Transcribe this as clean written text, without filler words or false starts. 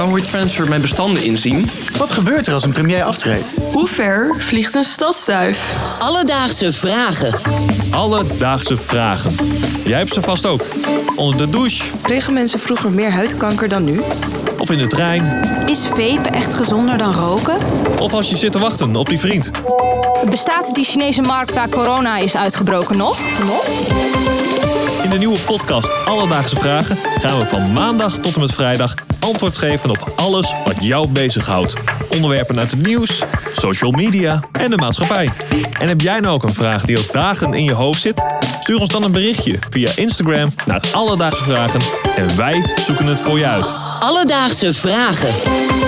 Kan WeTransfer mijn bestanden inzien? Wat gebeurt er als een premier aftreedt? Hoe ver vliegt een stadsduif? Alledaagse vragen. Alledaagse vragen. Jij hebt ze vast ook. Onder de douche. Kregen mensen vroeger meer huidkanker dan nu? Of in de trein. Is vapen echt gezonder dan roken? Of als je zit te wachten op die vriend. Bestaat die Chinese markt waar corona is uitgebroken nog? In de nieuwe podcast Alledaagse Vragen gaan we van maandag tot en met vrijdag antwoord geven op alles wat jou bezighoudt. Onderwerpen uit het nieuws, social media en de maatschappij. En heb jij nou ook een vraag die al dagen in je hoofd zit? Stuur ons dan een berichtje via Instagram naar Alledaagse Vragen en wij zoeken het voor je uit. Alledaagse vragen.